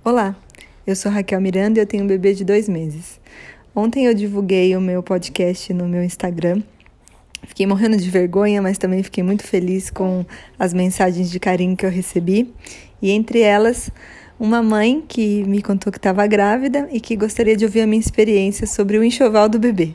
Olá, eu sou Raquel Miranda e eu tenho um bebê de 2 meses. Ontem eu divulguei o meu podcast no meu Instagram. Fiquei morrendo de vergonha, mas também fiquei muito feliz com as mensagens de carinho que eu recebi. E entre elas, uma mãe que me contou que estava grávida e que gostaria de ouvir a minha experiência sobre o enxoval do bebê.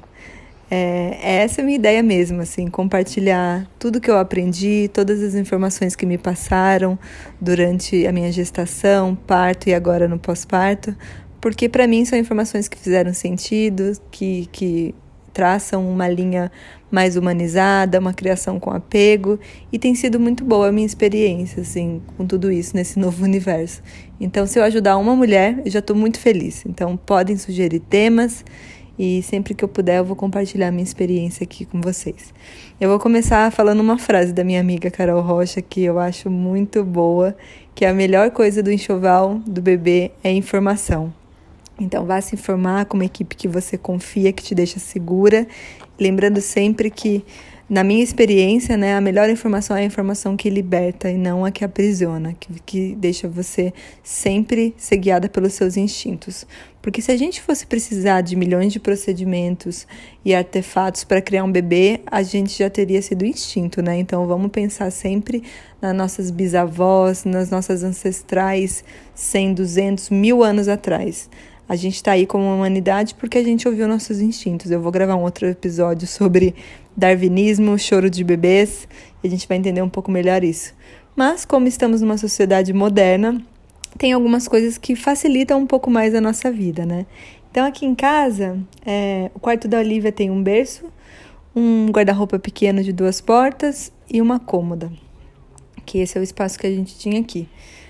Essa é a minha ideia mesmo, assim, compartilhar tudo que eu aprendi, todas as informações que me passaram durante a minha gestação, parto e agora no pós-parto, porque para mim são informações que fizeram sentido, que traçam uma linha mais humanizada, uma criação com apego, e tem sido muito boa a minha experiência, assim, com tudo isso nesse novo universo. Então, se eu ajudar uma mulher, eu já estou muito feliz. Então, podem sugerir temas, e sempre que eu puder eu vou compartilhar minha experiência aqui com vocês. Eu vou começar falando uma frase da minha amiga Carol Rocha que eu acho muito boa, que a melhor coisa do enxoval do bebê é informação. Então vá se informar com uma equipe que você confia, que te deixa segura, lembrando sempre que, na minha experiência, né, a melhor informação é a informação que liberta e não a que aprisiona, que deixa você sempre ser guiada pelos seus instintos. Porque se a gente fosse precisar de milhões de procedimentos e artefatos para criar um bebê, a gente já teria sido instinto, né? Então vamos pensar sempre nas nossas bisavós, nas nossas ancestrais 100, 200, 1000 anos atrás. A gente está aí como humanidade porque a gente ouviu nossos instintos. Eu vou gravar um outro episódio sobre darwinismo, choro de bebês, e a gente vai entender um pouco melhor isso. Mas, como estamos numa sociedade moderna, tem algumas coisas que facilitam um pouco mais a nossa vida, né? Então, aqui em casa, o quarto da Olivia tem um berço, um guarda-roupa pequeno de 2 portas e uma cômoda, que esse é o espaço que a gente tinha aqui.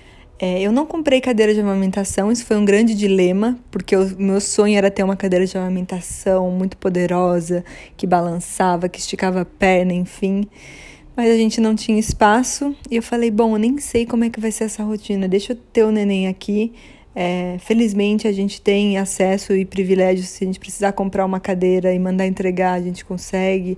Eu não comprei cadeira de amamentação, isso foi um grande dilema, porque o meu sonho era ter uma cadeira de amamentação muito poderosa, que balançava, que esticava a perna, enfim. Mas a gente não tinha espaço e eu falei, bom, eu nem sei como é que vai ser essa rotina, deixa eu ter o neném aqui. Felizmente a gente tem acesso e privilégio, se a gente precisar comprar uma cadeira e mandar entregar, a gente consegue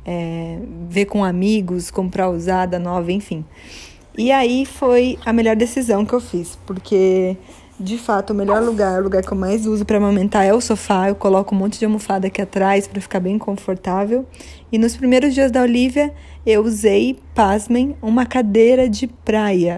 ver com amigos, comprar usada, nova, enfim. E aí foi a melhor decisão que eu fiz, porque, de fato, o melhor lugar, o lugar que eu mais uso para amamentar é o sofá. Eu coloco um monte de almofada aqui atrás para ficar bem confortável. E nos primeiros dias da Olivia, eu usei, pasmem, uma cadeira de praia.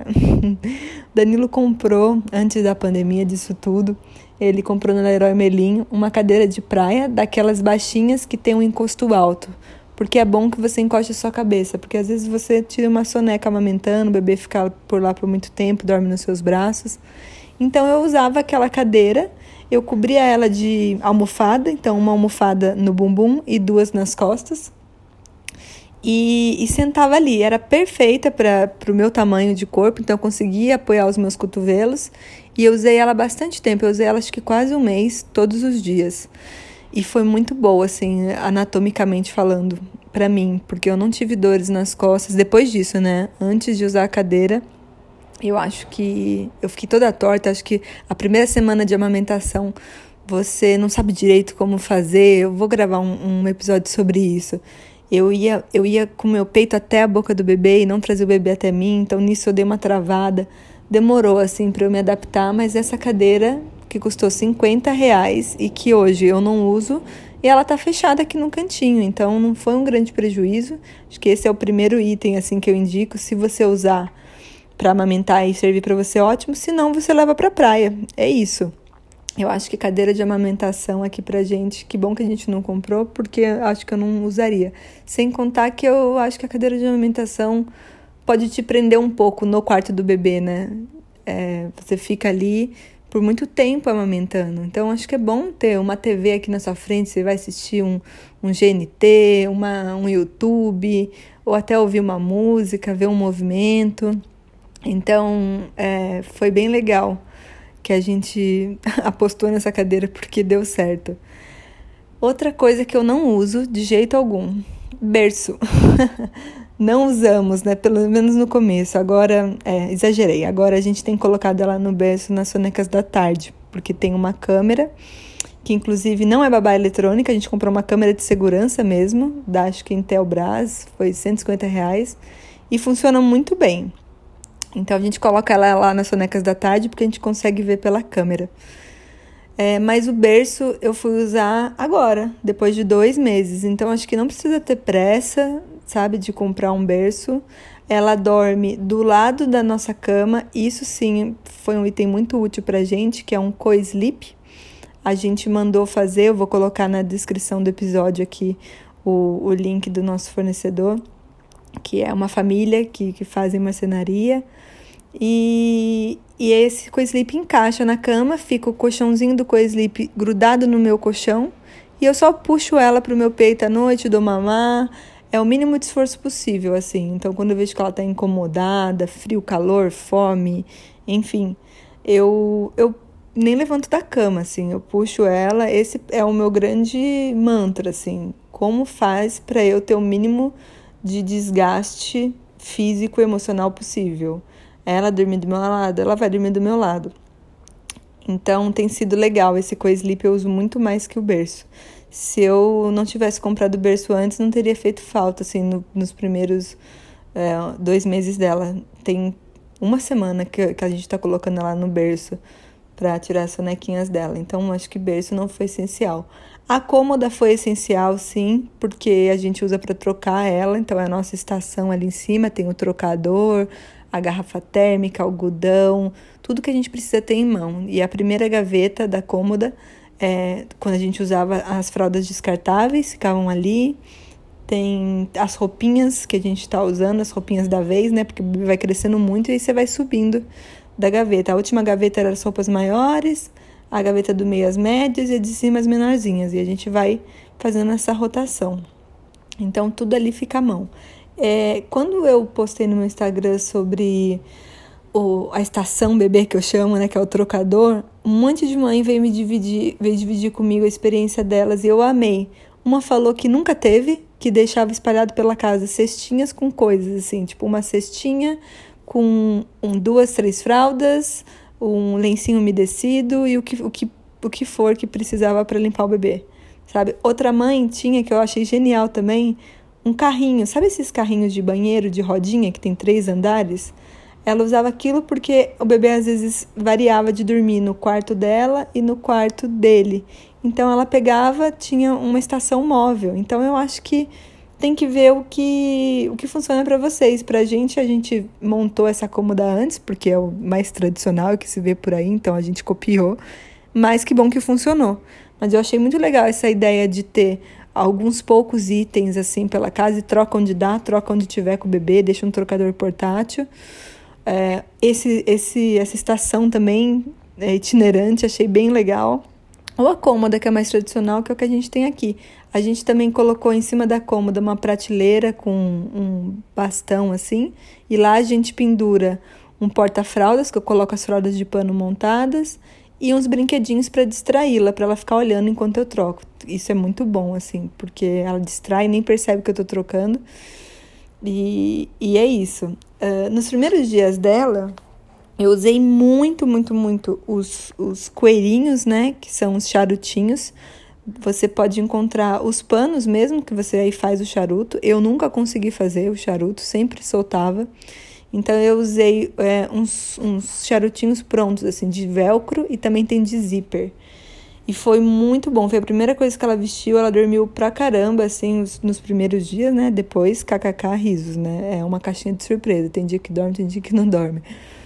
Danilo comprou, antes da pandemia disso tudo, ele comprou no Leroy Merlin uma cadeira de praia, daquelas baixinhas que tem um encosto alto. Porque é bom que você encoste a sua cabeça, porque às vezes você tira uma soneca amamentando, o bebê fica por lá por muito tempo, dorme nos seus braços. Então eu usava aquela cadeira, eu cobria ela de almofada, então uma almofada no bumbum e 2 nas costas. E sentava ali, era perfeita para o meu tamanho de corpo, então eu conseguia apoiar os meus cotovelos. E eu usei ela bastante tempo, eu usei ela acho que quase um mês, todos os dias. E foi muito boa, assim, anatomicamente falando, pra mim, porque eu não tive dores nas costas depois disso, né? Antes de usar a cadeira, eu acho que eu fiquei toda torta. Acho que a primeira semana de amamentação você não sabe direito como fazer. Eu vou gravar um episódio sobre isso. Eu ia com o meu peito até a boca do bebê e não trazer o bebê até mim, então nisso eu dei uma travada. Demorou, assim, pra eu me adaptar, mas essa cadeira, que custou R$50 e que hoje eu não uso, e ela tá fechada aqui no cantinho, então não foi um grande prejuízo. Acho que esse é o primeiro item, assim, que eu indico. Se você usar para amamentar e servir para você, ótimo. Se não, você leva pra praia. É isso. Eu acho que cadeira de amamentação aqui pra gente, que bom que a gente não comprou, porque acho que eu não usaria. Sem contar que eu acho que a cadeira de amamentação pode te prender um pouco no quarto do bebê, né? Você fica ali por muito tempo amamentando. Então, acho que é bom ter uma TV aqui na sua frente, você vai assistir um GNT, um YouTube, ou até ouvir uma música, ver um movimento. Então, foi bem legal que a gente apostou nessa cadeira porque deu certo. Outra coisa que eu não uso de jeito algum, berço. Não usamos, né? Pelo menos no começo. Agora, exagerei. Agora a gente tem colocado ela no berço nas sonecas da tarde, porque tem uma câmera, que inclusive não é babá eletrônica, a gente comprou uma câmera de segurança mesmo, acho que Intelbras, foi R$150, e funciona muito bem. Então a gente coloca ela lá nas sonecas da tarde porque a gente consegue ver pela câmera. Mas o berço eu fui usar agora, depois de 2 meses. Então acho que não precisa ter pressa, sabe, de comprar um berço. Ela dorme do lado da nossa cama. Isso sim foi um item muito útil pra gente, que é um co-sleep. A gente mandou fazer, eu vou colocar na descrição do episódio aqui o link do nosso fornecedor, que é uma família que fazem marcenaria. E esse co-sleep encaixa na cama, fica o colchãozinho do co-sleep grudado no meu colchão e eu só puxo ela pro meu peito à noite, dou mamar. É o mínimo de esforço possível, assim. Então, quando eu vejo que ela tá incomodada, frio, calor, fome, enfim, eu nem levanto da cama, assim. Eu puxo ela. Esse é o meu grande mantra, assim. Como faz para eu ter o mínimo de desgaste físico e emocional possível? Ela dormir do meu lado, ela vai dormir do meu lado. Então, tem sido legal. Esse co-sleep eu uso muito mais que o berço. Se eu não tivesse comprado o berço antes, não teria feito falta, assim, nos primeiros 2 meses dela. Tem 1 semana que a gente tá colocando ela no berço para tirar as sonequinhas dela. Então, acho que berço não foi essencial. A cômoda foi essencial, sim, porque a gente usa para trocar ela. Então, é a nossa estação ali em cima, tem o trocador, a garrafa térmica, algodão, tudo que a gente precisa ter em mão. E a primeira gaveta da cômoda, quando a gente usava as fraldas descartáveis, ficavam ali. Tem as roupinhas que a gente está usando, as roupinhas da vez, né? Porque o bebê vai crescendo muito e aí você vai subindo da gaveta. A última gaveta era as roupas maiores, a gaveta do meio as médias e a de cima as menorzinhas. E a gente vai fazendo essa rotação. Então, tudo ali fica à mão. Quando eu postei no meu Instagram sobre a estação bebê, que eu chamo, né, que é o trocador, um monte de mãe veio dividir comigo a experiência delas e eu amei. Uma falou que nunca teve, que deixava espalhado pela casa cestinhas com coisas, assim, tipo uma cestinha com 2, 3 fraldas, um lencinho umedecido e o que for que precisava para limpar o bebê, sabe? Outra mãe tinha, que eu achei genial também, um carrinho, sabe esses carrinhos de banheiro de rodinha que tem 3 andares? Ela usava aquilo porque o bebê às vezes variava de dormir no quarto dela e no quarto dele. Então ela pegava, tinha uma estação móvel. Então eu acho que tem que ver o que funciona para vocês. Pra gente, a gente montou essa cômoda antes, porque é o mais tradicional que se vê por aí, então a gente copiou. Mas que bom que funcionou. Mas eu achei muito legal essa ideia de ter alguns poucos itens assim pela casa e troca onde dá, troca onde tiver com o bebê, deixa um trocador portátil. Essa estação também é itinerante, achei bem legal. Ou a cômoda, que é mais tradicional, que é o que a gente tem aqui. A gente também colocou em cima da cômoda uma prateleira com um bastão assim, e lá a gente pendura um porta-fraldas, que eu coloco as fraldas de pano montadas, e uns brinquedinhos para distraí-la, para ela ficar olhando enquanto eu troco. Isso é muito bom, assim, porque ela distrai e nem percebe que eu tô trocando. E é isso. Nos primeiros dias dela, eu usei muito, muito, muito os coelhinhos, né? Que são os charutinhos. Você pode encontrar os panos mesmo, que você aí faz o charuto. Eu nunca consegui fazer o charuto, sempre soltava. Então, eu usei uns charutinhos prontos, assim, de velcro e também tem de zíper. E foi muito bom. Foi a primeira coisa que ela vestiu. Ela dormiu pra caramba, assim, nos primeiros dias, né? Depois, kkk, risos, né? É uma caixinha de surpresa. Tem dia que dorme, tem dia que não dorme.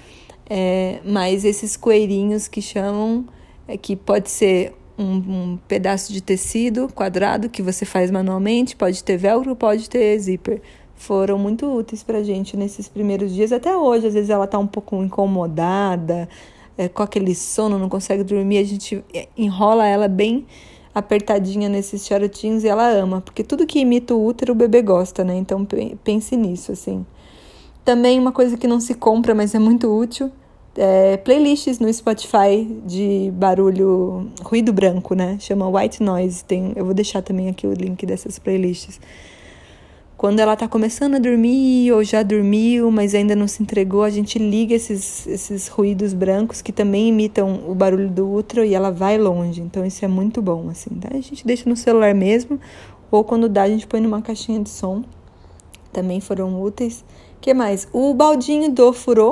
Mas esses coelhinhos que chamam, que pode ser um pedaço de tecido quadrado que você faz manualmente, pode ter velcro, pode ter zíper. Foram muito úteis pra gente nesses primeiros dias. Até hoje, às vezes ela tá um pouco incomodada, com aquele sono, não consegue dormir, a gente enrola ela bem apertadinha nesses charutinhos e ela ama, porque tudo que imita o útero o bebê gosta, né? Então pense nisso, assim. Também uma coisa que não se compra, mas é muito útil, playlists no Spotify de barulho, ruído branco, né? Chama White Noise. Eu vou deixar também aqui o link dessas playlists. Quando ela tá começando a dormir ou já dormiu, mas ainda não se entregou, a gente liga esses ruídos brancos que também imitam o barulho do útero e ela vai longe. Então isso é muito bom, assim. Tá? A gente deixa no celular mesmo, ou quando dá a gente põe numa caixinha de som. Também foram úteis. O que mais? O baldinho do ofurô.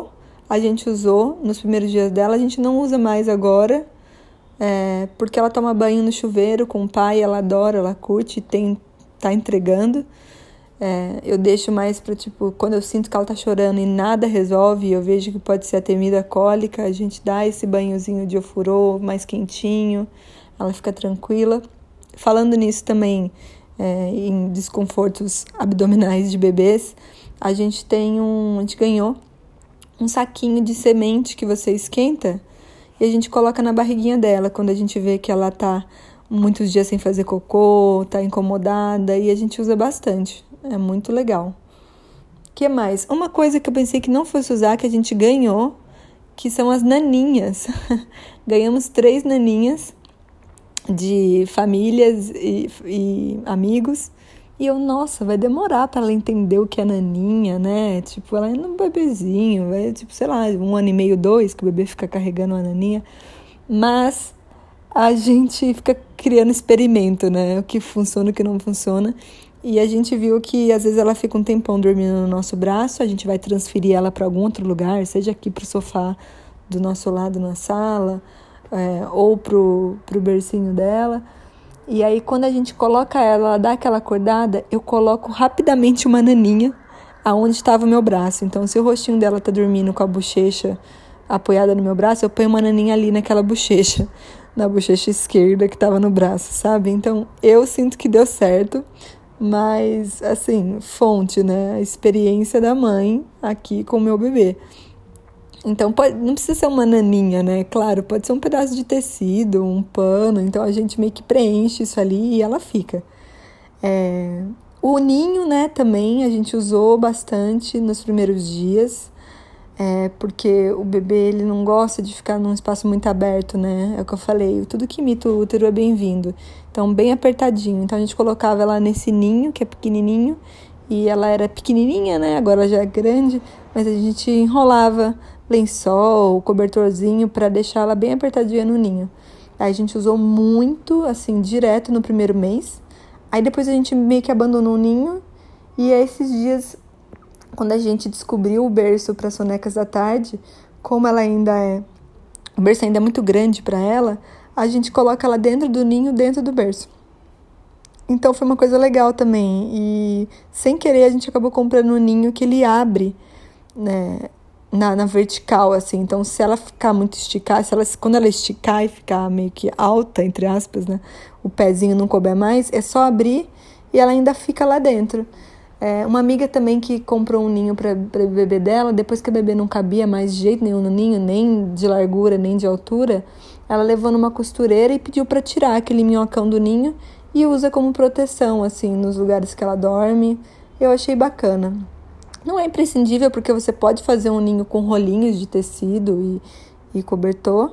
a gente usou nos primeiros dias dela, a gente não usa mais agora, porque ela toma banho no chuveiro com o pai, ela adora, ela curte, tá entregando. Eu deixo mais para, quando eu sinto que ela tá chorando e nada resolve, eu vejo que pode ser a temida cólica, a gente dá esse banhozinho de ofurô mais quentinho, ela fica tranquila. Falando nisso também, em desconfortos abdominais de bebês, a gente ganhou um saquinho de semente que você esquenta e a gente coloca na barriguinha dela quando a gente vê que ela tá muitos dias sem fazer cocô, tá incomodada, e a gente usa bastante. É muito legal. O que mais? Uma coisa que eu pensei que não fosse usar, que a gente ganhou, que são as naninhas. Ganhamos 3 naninhas de famílias e amigos. E nossa, vai demorar para ela entender o que é naninha, né? Ela é um bebezinho, sei lá, 1 ano e meio, 2, que o bebê fica carregando uma naninha. Mas a gente fica criando experimento, né? O que funciona, o que não funciona. E a gente viu que às vezes ela fica um tempão dormindo no nosso braço, a gente vai transferir ela para algum outro lugar, seja aqui pro sofá do nosso lado na sala, ou pro bercinho dela. E aí quando a gente coloca ela dá aquela acordada, eu coloco rapidamente uma naninha aonde estava o meu braço. Então se o rostinho dela tá dormindo com a bochecha apoiada no meu braço, eu ponho uma naninha ali naquela bochecha, na bochecha esquerda que estava no braço, sabe? Então eu sinto que deu certo. Mas, assim, fonte, né? A experiência da mãe aqui com o meu bebê. Então, não precisa ser uma naninha, né? Claro, pode ser um pedaço de tecido, um pano. Então, a gente meio que preenche isso ali e ela fica. O ninho, né? Também a gente usou bastante nos primeiros dias. Porque o bebê, ele não gosta de ficar num espaço muito aberto, né? É o que eu falei, tudo que imita o útero é bem-vindo. Então, bem apertadinho. Então, a gente colocava ela nesse ninho, que é pequenininho, e ela era pequenininha, né? Agora já é grande, mas a gente enrolava lençol, cobertorzinho, para deixar ela bem apertadinha no ninho. Aí a gente usou muito, assim, direto no primeiro mês. Aí depois a gente meio que abandonou o ninho, e aí esses dias, quando a gente descobriu o berço para sonecas da tarde, como ela o berço ainda é muito grande para ela, a gente coloca ela dentro do ninho, dentro do berço. Então foi uma coisa legal também. E sem querer a gente acabou comprando um ninho que ele abre, né, na vertical, assim. Então se ela ficar muito esticada, quando ela esticar e ficar meio que alta, entre aspas, né, o pezinho não couber mais, é só abrir e ela ainda fica lá dentro. Uma amiga também que comprou um ninho para o bebê dela, depois que a bebê não cabia mais de jeito nenhum no ninho, nem de largura, nem de altura, ela levou numa costureira e pediu para tirar aquele minhocão do ninho e usa como proteção, assim, nos lugares que ela dorme. Eu achei bacana. Não é imprescindível, porque você pode fazer um ninho com rolinhos de tecido e cobertor.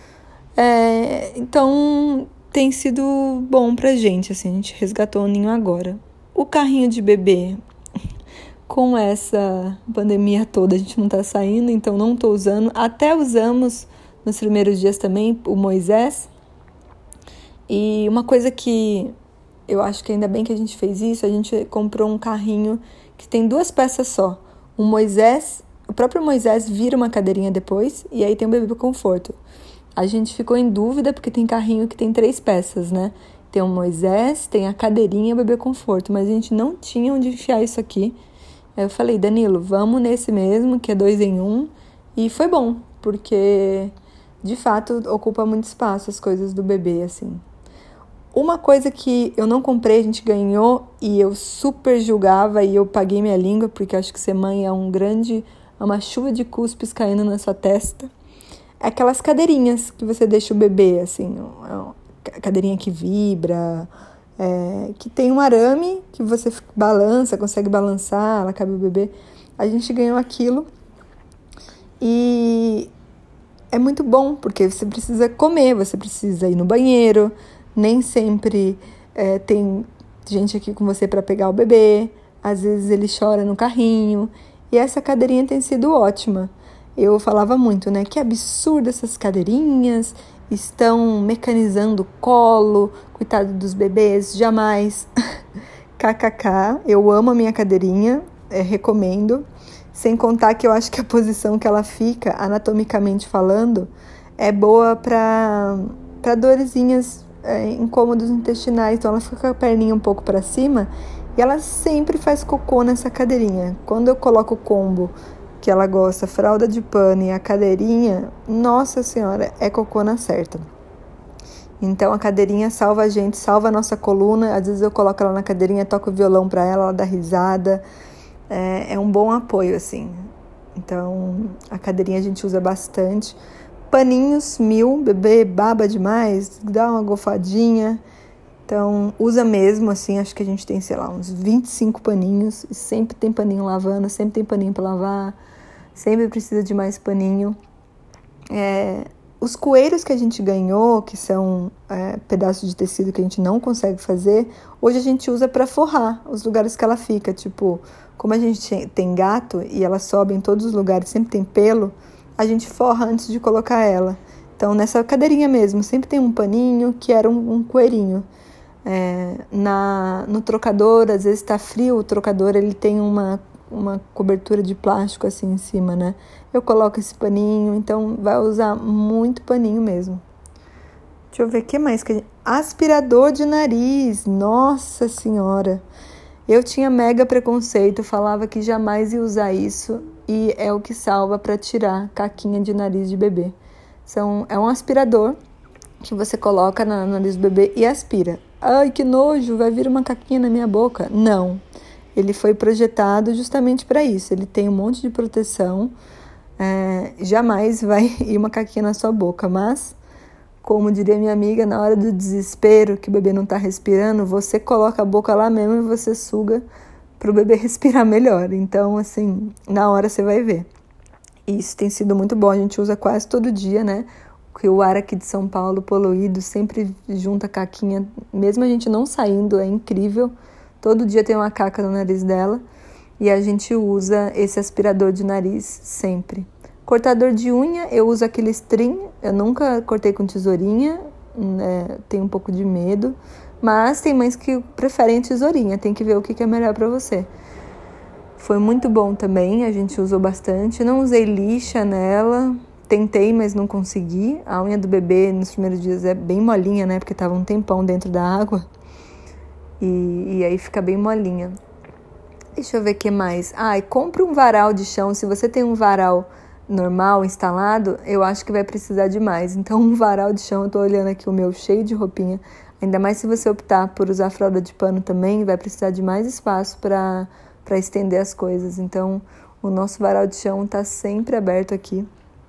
Então, tem sido bom pra gente, assim, a gente resgatou o ninho agora. O carrinho de bebê, com essa pandemia toda, a gente não tá saindo, então não tô usando. Até usamos nos primeiros dias também o Moisés. E uma coisa que eu acho que ainda bem que a gente fez isso, a gente comprou um carrinho que tem 2 peças só. O próprio Moisés vira uma cadeirinha depois, e aí tem o bebê conforto. A gente ficou em dúvida, porque tem carrinho que tem 3 peças, né? Tem o Moisés, tem a cadeirinha e o bebê conforto, mas a gente não tinha onde enfiar isso aqui. Aí eu falei, Danilo, vamos nesse mesmo, que é 2 em 1. E foi bom, porque de fato ocupa muito espaço as coisas do bebê, assim. Uma coisa que eu não comprei, a gente ganhou e eu super julgava e eu paguei minha língua, porque acho que ser mãe é uma chuva de cuspes caindo na sua testa. É aquelas cadeirinhas que você deixa o bebê, assim, cadeirinha que vibra, que tem um arame que você balança, consegue balançar, ela cabe o bebê. A gente ganhou aquilo e é muito bom, porque você precisa comer, você precisa ir no banheiro, nem sempre tem gente aqui com você para pegar o bebê, às vezes ele chora no carrinho, e essa cadeirinha tem sido ótima. Eu falava muito, né, que absurdo essas cadeirinhas, estão mecanizando o colo, coitado dos bebês, jamais. KKK, eu amo a minha cadeirinha, recomendo. Sem contar que eu acho que a posição que ela fica, anatomicamente falando, é boa para dorezinhas, incômodos intestinais. Então ela fica com a perninha um pouco para cima e ela sempre faz cocô nessa cadeirinha. Quando eu coloco o combo que ela gosta, fralda de pano e a cadeirinha, nossa senhora, é cocô na certa. Então a cadeirinha salva a gente, salva a nossa coluna. Às vezes eu coloco ela na cadeirinha, toco o violão para ela, ela dá risada. É um bom apoio, assim. Então a cadeirinha a gente usa bastante. Paninhos 1000, bebê baba demais, dá uma gofadinha. Então usa mesmo, assim, acho que a gente tem, sei lá, uns 25 paninhos. E sempre tem paninho lavando, sempre tem paninho para lavar. Sempre precisa de mais paninho. Os coeiros que a gente ganhou, que são pedaços de tecido que a gente não consegue fazer, hoje a gente usa para forrar os lugares que ela fica. Tipo, como a gente tem gato e ela sobe em todos os lugares, sempre tem pelo, a gente forra antes de colocar ela. Então, nessa cadeirinha mesmo, sempre tem um paninho que era um coeirinho. No trocador, às vezes está frio, o trocador ele tem uma cobertura de plástico assim em cima, né? Eu coloco esse paninho, então vai usar muito paninho mesmo. Deixa eu ver o que mais. Aspirador de nariz, nossa senhora. Eu tinha mega preconceito, falava que jamais ia usar isso e é o que salva para tirar caquinha de nariz de bebê. É um aspirador que você coloca no nariz do bebê e aspira. Ai, que nojo, vai vir uma caquinha na minha boca. Não. Ele foi projetado justamente para isso. Ele tem um monte de proteção. Jamais vai ir uma caquinha na sua boca. Mas, como diria minha amiga, na hora do desespero, que o bebê não está respirando, você coloca a boca lá mesmo e você suga para o bebê respirar melhor. Então, assim, na hora você vai ver. Isso tem sido muito bom. A gente usa quase todo dia, né? Porque o ar aqui de São Paulo, poluído, sempre junta caquinha. Mesmo a gente não saindo, é incrível. Todo dia tem uma caca no nariz dela e a gente usa esse aspirador de nariz sempre. Cortador de unha, eu uso aquele string, eu nunca cortei com tesourinha, tenho um pouco de medo, mas tem mães que preferem a tesourinha, tem que ver o que é melhor para você. Foi muito bom também, a gente usou bastante, não usei lixa nela, tentei, mas não consegui. A unha do bebê nos primeiros dias é bem molinha, né, porque estava um tempão dentro da água. E aí fica bem molinha. Deixa eu ver o que mais. E compra um varal de chão. Se você tem um varal normal instalado, eu acho que vai precisar de mais. Então, um varal de chão, eu tô olhando aqui o meu cheio de roupinha. Ainda mais se você optar por usar fralda de pano também, vai precisar de mais espaço para estender as coisas. Então, o nosso varal de chão tá sempre aberto aqui.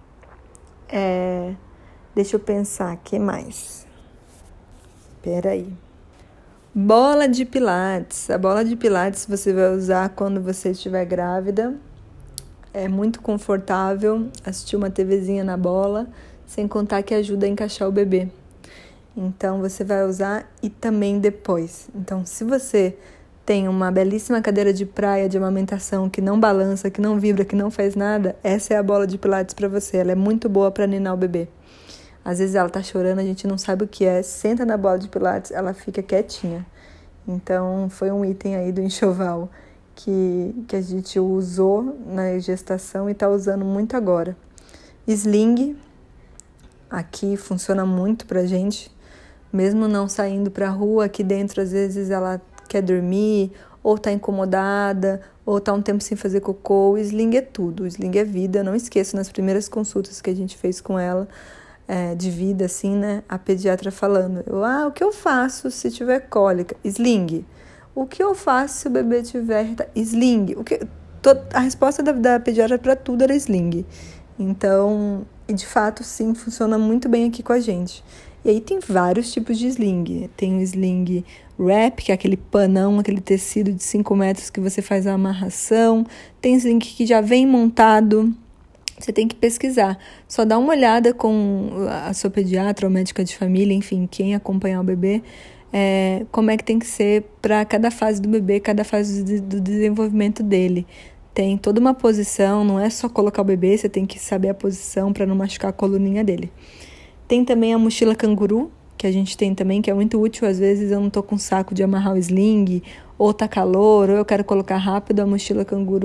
Deixa eu pensar, o que mais? Peraí. Bola de pilates. A bola de pilates você vai usar quando você estiver grávida. É muito confortável assistir uma TVzinha na bola, sem contar que ajuda a encaixar o bebê. Então você vai usar e também depois. Então se você tem uma belíssima cadeira de praia de amamentação que não balança, que não vibra, que não faz nada, essa é a bola de pilates para você. Ela é muito boa para ninar o bebê. Às vezes ela tá chorando, a gente não sabe o que é. Senta na bola de pilates, ela fica quietinha. Então, foi um item aí do enxoval que a gente usou na gestação e tá usando muito agora. Sling, aqui funciona muito pra gente. Mesmo não saindo pra rua, aqui dentro às vezes ela quer dormir, ou tá incomodada, ou tá um tempo sem fazer cocô. O sling é tudo, o sling é vida. Eu não esqueço, nas primeiras consultas que a gente fez com ela, de vida, assim, né? A pediatra falando, o que eu faço se tiver cólica? Sling. O que eu faço se o bebê tiver sling? A resposta da pediatra para tudo era sling. Então, de fato, sim, funciona muito bem aqui com a gente. E aí tem vários tipos de sling. Tem o sling wrap, que é aquele panão, aquele tecido de 5 metros que você faz a amarração. Tem sling que já vem montado. Você tem que pesquisar. Só dá uma olhada com a sua pediatra ou médica de família, enfim, quem acompanhar o bebê, como é que tem que ser para cada fase do bebê, cada fase do desenvolvimento dele. Tem toda uma posição, não é só colocar o bebê, você tem que saber a posição para não machucar a coluninha dele. Tem também a mochila canguru, que a gente tem também, que é muito útil. Às vezes eu não tô com saco de amarrar o sling, ou tá calor, ou eu quero colocar rápido, a mochila canguru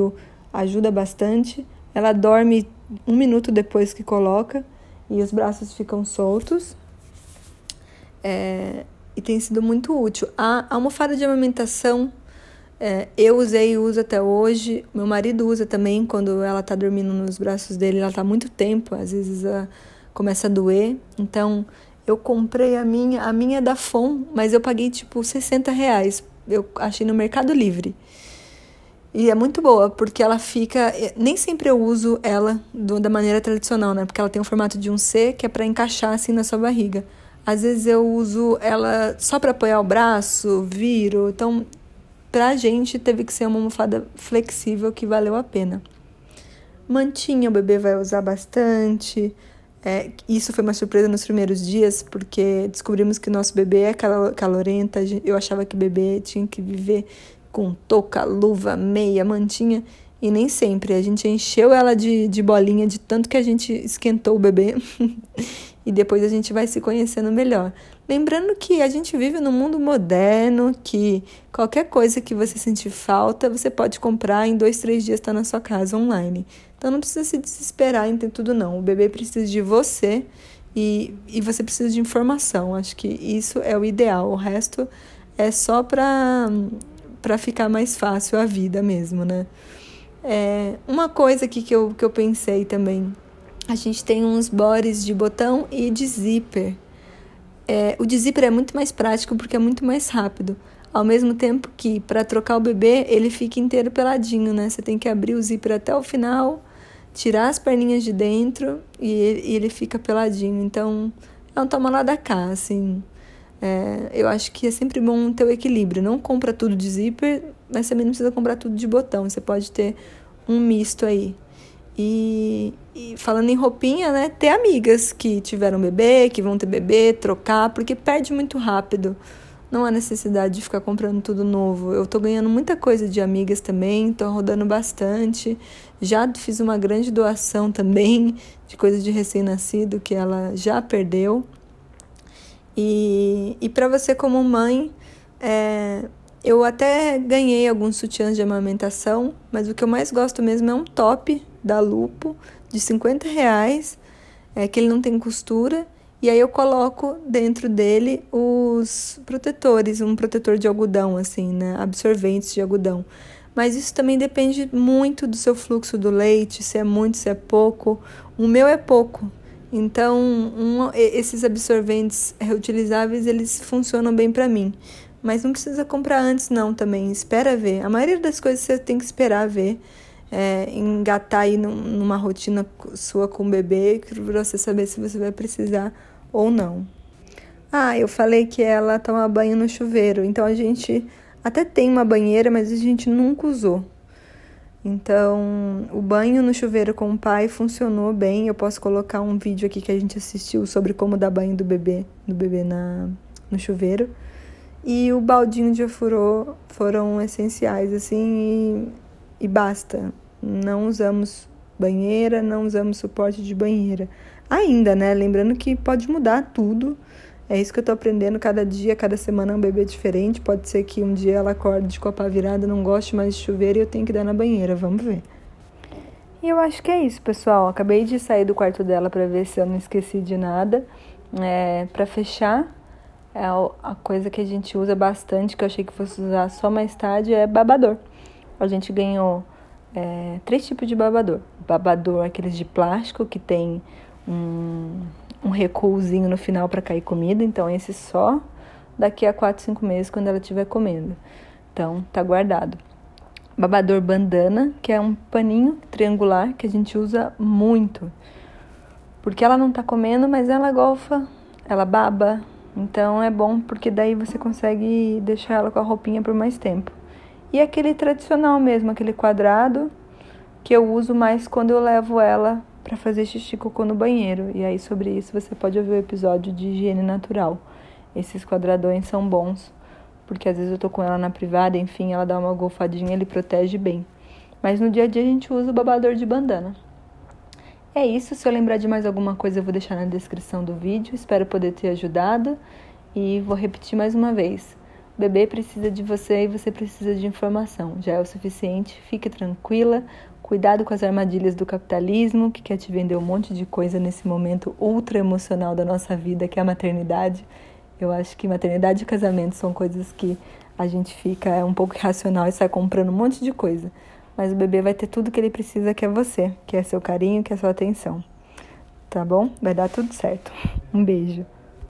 ajuda bastante. Ela dorme 1 minuto depois que coloca e os braços ficam soltos. E tem sido muito útil. A almofada de amamentação, eu usei e uso até hoje. Meu marido usa também quando ela tá dormindo nos braços dele. Ela tá há muito tempo, às vezes começa a doer. Então, eu comprei a minha é da FON, mas eu paguei tipo R$60. Eu achei no Mercado Livre. E é muito boa, porque ela fica... Nem sempre eu uso ela da maneira tradicional, né? Porque ela tem o formato de um C, que é para encaixar assim na sua barriga. Às vezes eu uso ela só para apoiar o braço, viro. Então, pra gente, teve que ser uma almofada flexível que valeu a pena. Mantinha, o bebê vai usar bastante. Isso foi uma surpresa nos primeiros dias, porque descobrimos que nosso bebê é calorenta. Eu achava que bebê tinha que viver com touca, luva, meia, mantinha, e nem sempre. A gente encheu ela de bolinha de tanto que a gente esquentou o bebê e depois a gente vai se conhecendo melhor. Lembrando que a gente vive num mundo moderno, que qualquer coisa que você sentir falta, você pode comprar em 2, 3 dias, está na sua casa online. Então não precisa se desesperar em ter tudo não. O bebê precisa de você e você precisa de informação. Acho que isso é o ideal. O resto é só para ficar mais fácil a vida mesmo, né? Uma coisa aqui que eu pensei também. A gente tem uns bodies de botão e de zíper. O de zíper é muito mais prático porque é muito mais rápido. Ao mesmo tempo que, para trocar o bebê, ele fica inteiro peladinho, né? Você tem que abrir o zíper até o final, tirar as perninhas de dentro e ele fica peladinho. Então, é um toma lá da cá, assim. Eu acho que é sempre bom ter o equilíbrio. Não compra tudo de zíper, mas também não precisa comprar tudo de botão. Você pode ter um misto aí. E falando em roupinha, né? Ter amigas que tiveram bebê, que vão ter bebê, trocar, porque perde muito rápido. Não há necessidade de ficar comprando tudo novo. Eu tô ganhando muita coisa de amigas também, tô rodando bastante. Já fiz uma grande doação também de coisa de recém-nascido que ela já perdeu. E para você como mãe, eu até ganhei alguns sutiãs de amamentação, mas o que eu mais gosto mesmo é um top da Lupo de R$50, que ele não tem costura, e aí eu coloco dentro dele os protetores, um protetor de algodão, assim, né, absorventes de algodão. Mas isso também depende muito do seu fluxo do leite, se é muito, se é pouco. O meu é pouco. Então, esses absorventes reutilizáveis, eles funcionam bem para mim. Mas não precisa comprar antes não também, espera ver. A maioria das coisas você tem que esperar ver, engatar aí numa rotina sua com o bebê, para você saber se você vai precisar ou não. Eu falei que ela toma banho no chuveiro, então a gente até tem uma banheira, mas a gente nunca usou. Então, o banho no chuveiro com o pai funcionou bem. Eu posso colocar um vídeo aqui que a gente assistiu sobre como dar banho do bebê no chuveiro. E o baldinho de ofurô foram essenciais, assim, e basta. Não usamos banheira, não usamos suporte de banheira. Ainda, né? Lembrando que pode mudar tudo. É isso que eu tô aprendendo cada dia, cada semana é um bebê diferente. Pode ser que um dia ela acorde de copa virada, não goste mais de chuveiro e eu tenho que dar na banheira, vamos ver. E eu acho que é isso, pessoal. Acabei de sair do quarto dela para ver se eu não esqueci de nada. Para fechar, a coisa que a gente usa bastante, que eu achei que fosse usar só mais tarde, é babador. A gente ganhou 3 tipos de babador. Babador, aqueles de plástico, que tem um recuozinho no final para cair comida. Então, esse só daqui a 4, 5 meses, quando ela estiver comendo. Então, tá guardado. Babador bandana, que é um paninho triangular que a gente usa muito. Porque ela não tá comendo, mas ela golfa, ela baba. Então, é bom porque daí você consegue deixar ela com a roupinha por mais tempo. E aquele tradicional mesmo, aquele quadrado, que eu uso mais quando eu levo ela para fazer xixi e cocô no banheiro. E aí, sobre isso, você pode ouvir o episódio de higiene natural. Esses quadradões são bons, porque às vezes eu tô com ela na privada, enfim, ela dá uma golfadinha, ele protege bem. Mas no dia a dia a gente usa o babador de bandana. É isso, se eu lembrar de mais alguma coisa eu vou deixar na descrição do vídeo. Espero poder ter ajudado e vou repetir mais uma vez. O bebê precisa de você e você precisa de informação. Já é o suficiente, fique tranquila. Cuidado com as armadilhas do capitalismo, que quer te vender um monte de coisa nesse momento ultra emocional da nossa vida, que é a maternidade. Eu acho que maternidade e casamento são coisas que a gente fica um pouco irracional e sai comprando um monte de coisa. Mas o bebê vai ter tudo que ele precisa, que é você, que é seu carinho, que é sua atenção. Tá bom? Vai dar tudo certo. Um beijo.